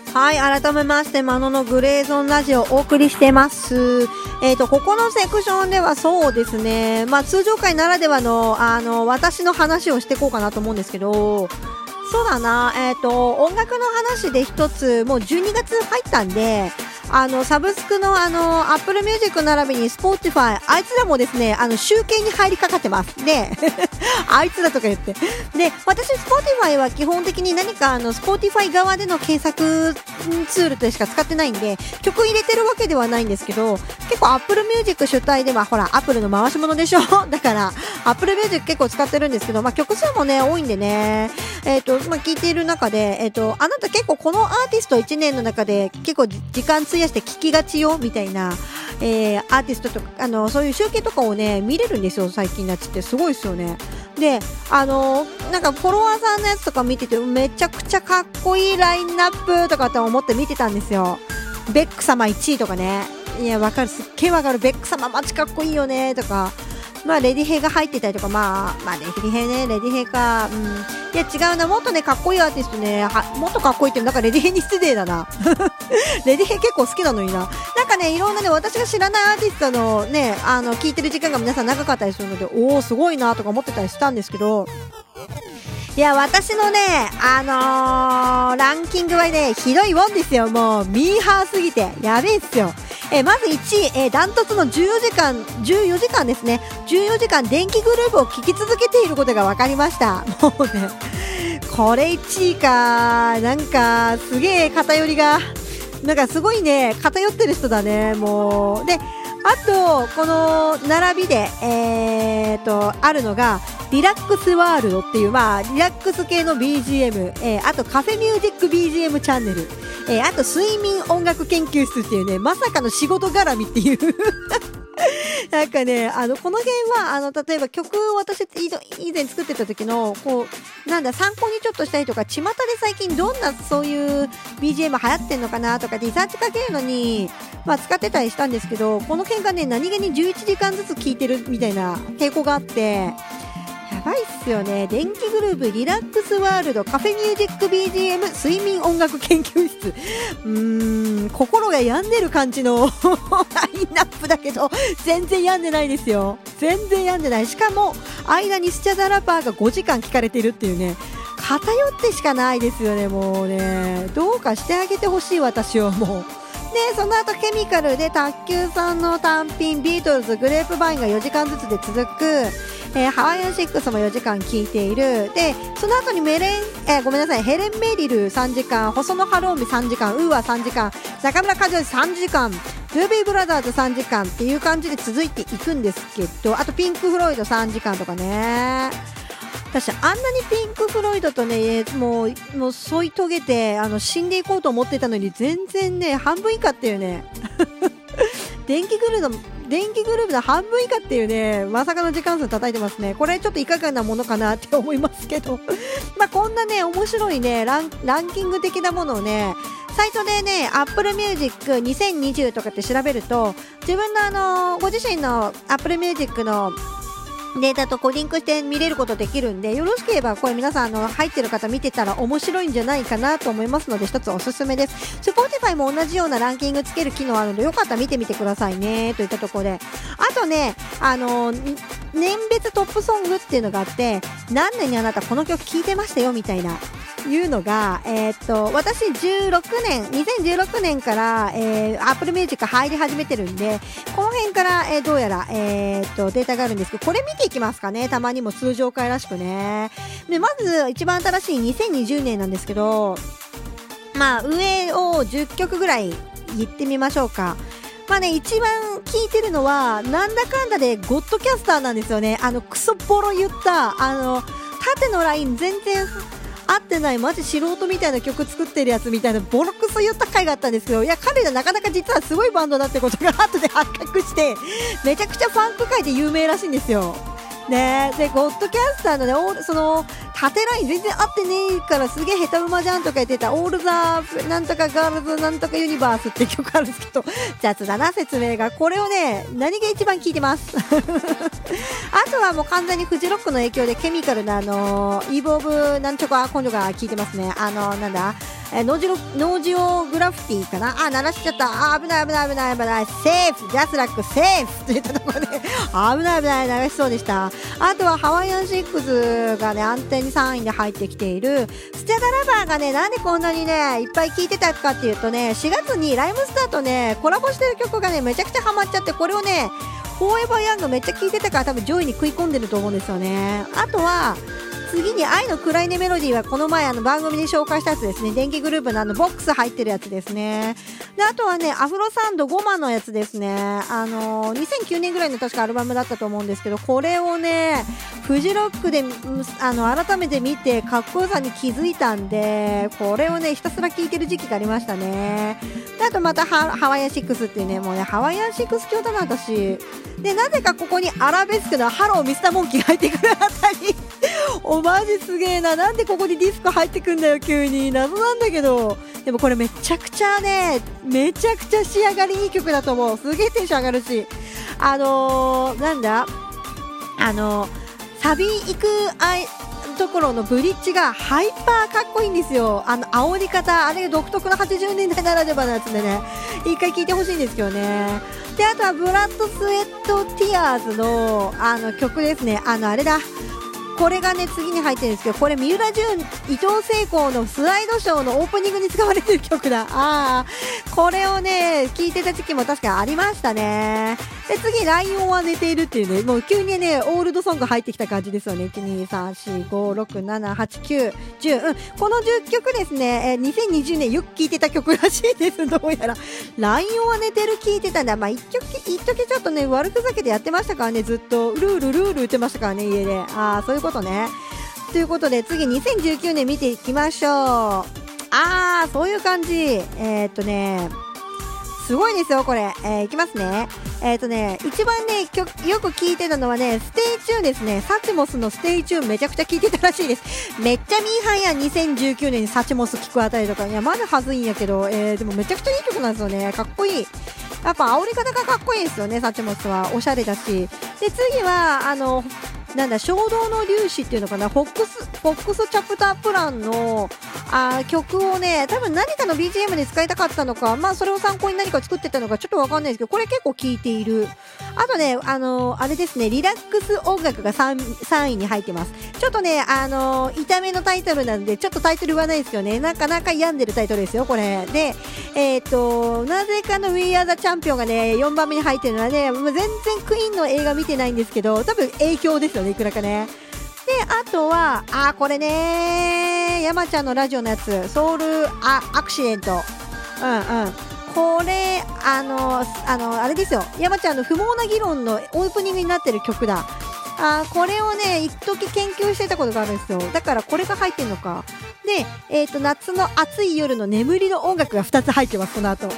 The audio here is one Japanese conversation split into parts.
はい、改めまして、マノのグレーゾーンラジオをお送りしてます。ここのセクションではそうですね、通常回ならではの、私の話をしていこうかなと思うんですけど、そうだな、音楽の話で一つ、もう12月入ったんで、サブスクのApple Music 並びに Spotify、あいつらもですね、集計に入りかかってます。で、あいつらとか言って。で、私 Spotify は基本的に何かSpotify 側での検索ツールとしか使ってないんで、曲入れてるわけではないんですけど、結構 Apple Music 主体では、ほら、Apple の回し物でしょだから、Apple Music 結構使ってるんですけど、曲数もね、多いんでね、聞いている中で、あなた結構このアーティスト1年の中で結構時間費やして聴きがちよみたいな、アーティストとかそういう集計とかをね見れるんですよ最近のやつってすごいですよね。でなんかフォロワーさんのやつとか見ててめちゃくちゃかっこいいラインナップとかって思って見てたんですよ。ベック様1位とかね、いやわかる、すっげえわかる、ベック様マジかっこいいよねとか、レディヘイが入ってたりとか、レディヘイね、レディヘイか、いや違うな、もっとねかっこいいアーティストね、もっとかっこいいってなんかレディヘイに失礼だなレディヘイ結構好きなのにな、なんかねいろんなね私が知らないアーティストのね聞いてる時間が皆さん長かったりするので、おーすごいなとか思ってたりしたんですけど、いや私のねランキングはねひどいもんですよ。もうミーハーすぎてやべえっすよ。まず1位、ダントツの14時間ですね。14時間電気グループを聴き続けていることが分かりました。もうね、これ1位か、なんかすげえ偏りが、なんかすごいね、偏ってる人だね、もう。で、あと、この並びで、あるのが、リラックスワールドっていう、リラックス系の BGM、あとカフェミュージック BGM チャンネル、あと睡眠音楽研究室っていうね、まさかの仕事絡みっていうなんかね、この辺は、例えば曲を私以前作ってた時の、参考にちょっとしたりとか、巷で最近どんなそういう BGM 流行ってんのかなとか、リサーチかけるのに、使ってたりしたんですけど、この辺がね、何気に11時間ずつ聴いてるみたいな傾向があって、やばいっすよね。電気グループ、リラックスワールド、カフェミュージック BGM、睡眠音楽研究室。心が病んでる感じのラインナップだけど、全然病んでないですよ。全然病んでない。しかも、間にスチャダラパーが5時間聞かれてるっていうね、偏ってしかないですよね、もうね。どうかしてあげてほしい、私はもう。で、その後ケミカルで卓球さんの単品、ビートルズ、グレープバインが4時間ずつで続く、ハワイアンシックスも4時間聴いている。で、その後にヘレン・メリル3時間、細野晴臣3時間、ウーア3時間、中村和義3時間、ドゥービーブラザーズ3時間っていう感じで続いていくんですけど、あとピンク・フロイド3時間とかね。私あんなにピンク・フロイドとねもう添い遂げて死んでいこうと思ってたのに全然ね半分以下っていうね電気グループの半分以下っていうねまさかの時間数叩いてますね。これちょっといかがなものかなって思いますけどこんなね面白いねランキング的なものをねサイトでね Apple Music 2020とかって調べると自分のご自身の Apple Music のデータとリンクして見れることできるんで、よろしければこれ皆さん入ってる方見てたら面白いんじゃないかなと思いますので一つおすすめです。Spotify も同じようなランキングつける機能あるのでよかったら見てみてくださいねといったところで、あとね年別トップソングっていうのがあって、何年にあなたこの曲聴いてましたよみたいないうのが、私2016年から、Apple Music 入り始めてるんで、この辺から、どうやら、データがあるんですけど、これ見ていきますかね。たまにも通常回らしくね。で、まず一番新しい2020年なんですけど、上を10曲ぐらい言ってみましょうか。一番聞いてるのは、なんだかんだでゴッドキャスターなんですよね。クソボロ言った、縦のライン全然、合ってないマジ素人みたいな曲作ってるやつみたいなボロクソ言った回があったんですけど、いや彼らなかなか実はすごいバンドだってことが後で発覚して、めちゃくちゃファンク界で有名らしいんですよね。でゴッドキャスターのねその縦ライン全然合ってねえからすげえ下手馬じゃんとか言ってたオールザなんとかガールズなんとかユニバースって曲あるんですけど、雑だな説明が。これをね何が一番聞いてますあとはもう完全にフジロックの影響でケミカルなイーブオブなんちょか今度が聞いてますね。なんだノージオグラフィティかな、鳴らしちゃった、危ない、セーフ、ジャスラックセーフって言ったところで危ない流しそうでした。あとはハワイアンシックスがね安定に3位で入ってきている。スチャダラバーがねなんでこんなにねいっぱい聴いてたかっていうとね、4月にライムスターとねコラボしてる曲がねめちゃくちゃハマっちゃって、これをねフォーエバーヤングめっちゃ聴いてたから多分上位に食い込んでると思うんですよね。あとは次に愛の暗いねメロディーはこの前番組で紹介したやつですね。電気グループのボックス入ってるやつですね。であとはねアフロサンドゴマのやつですね。2009年ぐらいの確かアルバムだったと思うんですけど、これをねフジロックで改めて見てかっこよさに気づいたんで、これをねひたすら聴いてる時期がありましたね。であとまたハワイアンシックスっていうね、もうねハワイアンシックス教だな私で、なぜかここにアラベスクのハローミスターモンキー入ってくるあたりおマジすげえな、なんでここにディスコ入ってくんだよ急に、謎なんだけど、でもこれめちゃくちゃ仕上がりいい曲だと思う。すげえテンション上がるし、なんだサビ行くところのブリッジがハイパーかっこいいんですよ。煽り方あれ独特の80年代ならではのやつでね一回聴いてほしいんですけどね。であとはブラッドスウェットティアーズの曲ですね。あれだ、これがね次に入ってるんですけど、これ三浦淳伊藤聖子のスライドショーのオープニングに使われてる曲だ。これをね聴いてた時期も確かありましたね。で次ライオンは寝ているっていうね、もう急にねオールドソング入ってきた感じですよね。12345678910、この10曲ですね、2020年よく聴いてた曲らしいです。どうやらライオンは寝てる聴いてたんだ。一時ちょっとね悪ふざけでやってましたからね、ずっとルール言ってましたからね家で。そういうことね。ということで次2019年見ていきましょう。そういう感じ。すごいですよこれ。いきますね。一番ねよく聞いてたのはねステイチューンですね。サチモスのステイチューンめちゃくちゃ聞いてたらしいです。めっちゃミーハンや2019年にサチモス聞くあたりとか、いやまだはずいんやけど、でもめちゃくちゃいい曲なんですよね。かっこいい。やっぱ煽り方がかっこいいですよね。サチモスはおしゃれだし。で次は衝動の粒子っていうのかな、フォックスチャプタープランの曲をね多分何かの BGM で使いたかったのか、それを参考に何か作ってたのかちょっとわかんないですけど、これ結構聴いている。あとねあれですね、リラックス音楽が 3位に入ってます。ちょっとね痛めのタイトルなんでちょっとタイトル言わないですよね。なかなか病んでるタイトルですよこれで。なぜかの We Are the Champion がね4番目に入ってるのはね、全然クイーンの映画見てないんですけど多分影響ですよね、いくらかね。であとはこれね山ちゃんのラジオのやつソウルアクシデント、これあれですよ、山ちゃんの不毛な議論のオープニングになってる曲だ。これをね一時研究してたことがあるんですよ。だからこれが入ってんのか。で夏の暑い夜の眠りの音楽が2つ入ってますこの後で。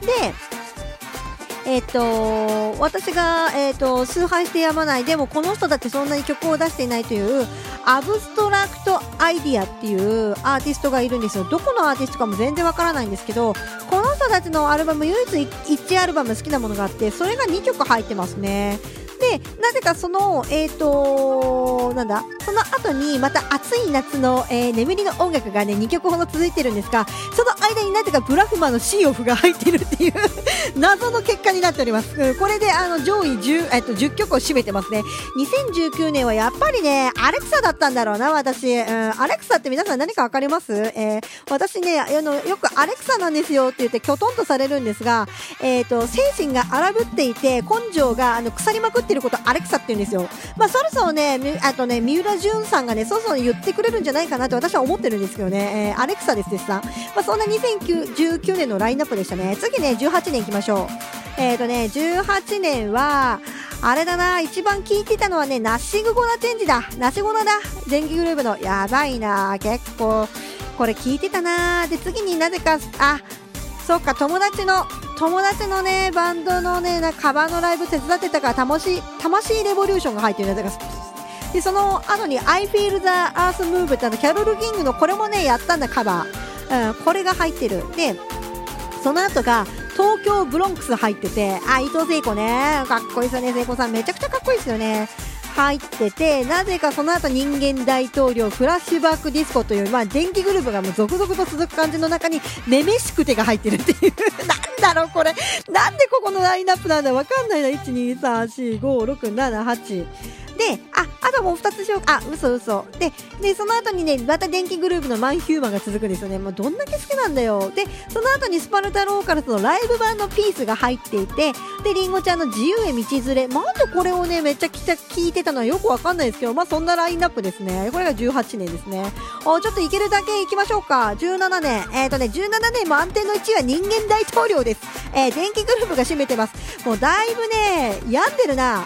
私が、崇拝してやまない、でもこの人だってそんなに曲を出していないというアブストラクトアイディアっていうアーティストがいるんですよ。どこのアーティストかも全然わからないんですけど、この人たちのアルバム唯一1アルバム好きなものがあって、それが2曲入ってますね。でなぜかそのその後にまた暑い夏の、眠りの音楽がね2曲ほど続いてるんですが、その間になぜかブラフマのシーオフが入ってるっていう謎の結果になっております。これで上位 10曲を占めてますね。2019年はやっぱりねアレクサだったんだろうな私。アレクサって皆さん何か分かります？私ねよくアレクサなんですよって言ってきょとんとされるんですが、精神が荒ぶっていて根性が腐りまくっていることをアレクサって言うんですよ。そろそろね三浦淳さんがねそろそろ言ってくれるんじゃないかなって私は思ってるんですけどね。アレクサですさん。そんな2019年のラインナップでしたね。次ね18年いきましょう。18年はあれだな、一番聞いてたのはねナッシングゴナチェンジだ。ナシゴナだ。電気グループのやばいな、結構これ聞いてたな。で次になぜかそうか友達のねバンドのねカバーのライブ手伝ってたから魂レボリューションが入ってるんだから。でその後に I Feel the Earth Move ってキャロル・キングのこれもねやったんだカバー、これが入ってる。でその後が東京ブロンクス入ってて、伊藤聖子ねかっこいいですよね。聖子さんめちゃくちゃかっこいいですよね。 入ってて、なぜかその後人間大統領フラッシュバックディスコという、電気グループがもう続々と続く感じの中にめめしくてが入ってるっていうなんだろうこれ、なんでここのラインナップなんだわかんないな。 1,2,3,4,5,6,7,8で、あともう2つしよう。嘘でその後にね、また電気グループのマンヒューマンが続くんですよね。もうどんだけ好きなんだよ。でその後にスパルタローカルズのライブ版のピースが入っていて、でリンゴちゃんの自由へ道連れ、なんでこれをねめっちゃ聞いてたのはよくわかんないですけど、そんなラインナップですね。これが18年ですね。ちょっといけるだけいきましょうか。17年17年満点の1位は人間大統領です。電気グループが占めてます。もうだいぶね病んでるな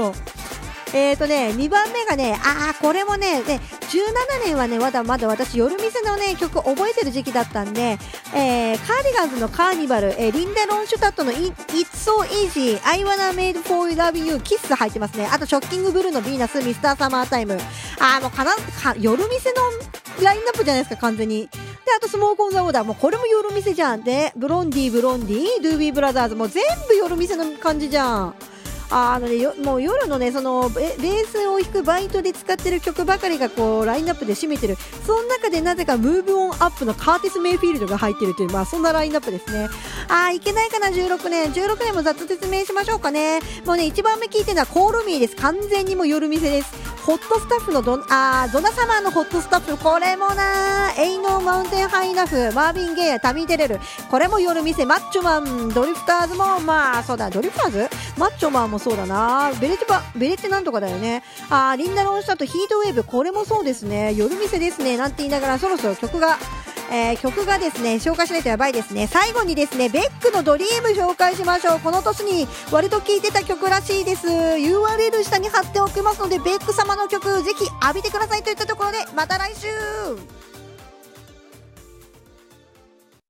2番目がね、これもね、17年はね、まだまだ私、夜店のね、曲覚えてる時期だったんで、カーディガンズのカーニバル、リンダ・ロンシュタットの It's So Easy, I Wanna Made For Love You, キス入ってますね。あと、ショッキングブルーのヴィーナス、ミスターサマータイム。もう夜店のラインナップじゃないですか、完全に。で、あと、スモークオンザオーダー。もうこれも夜店じゃん。で、ブロンディ、ドゥービーブラザーズ。もう全部夜店の感じじゃん。もう夜のね、そのベースを弾くバイトで使ってる曲ばかりがこうラインナップで占めてる。その中でなぜかムーブオンアップのカーティス・メイフィールドが入ってるという、そんなラインナップですね。いけないかな。16年もざっと説明しましょうかね。もうね、1番目聞いてるのはコールミーです。完全にもう夜店です。ホットスタッフのドナサマーのホットスタッフ、これもなエイノーマウンテンハイナフ、マービン・ゲイやタミー・テレル、これも夜店。マッチョマン、ドリフターズもそうだ、ドリフターズ、マッチョマンもそうだな、ベレッテなんとかだよね。リンダ・ロンシュタット、ヒートウェーブ、これもそうですね。夜店ですねなんて言いながら、そろそろ曲がですね紹介しないとやばいですね。最後にですね、ベックのドリーム紹介しましょう。この年に割と聴いてた曲らしいです。 URL 下に貼っておきますので、ベック様の曲ぜひ浴びてくださいといったところで、また来週。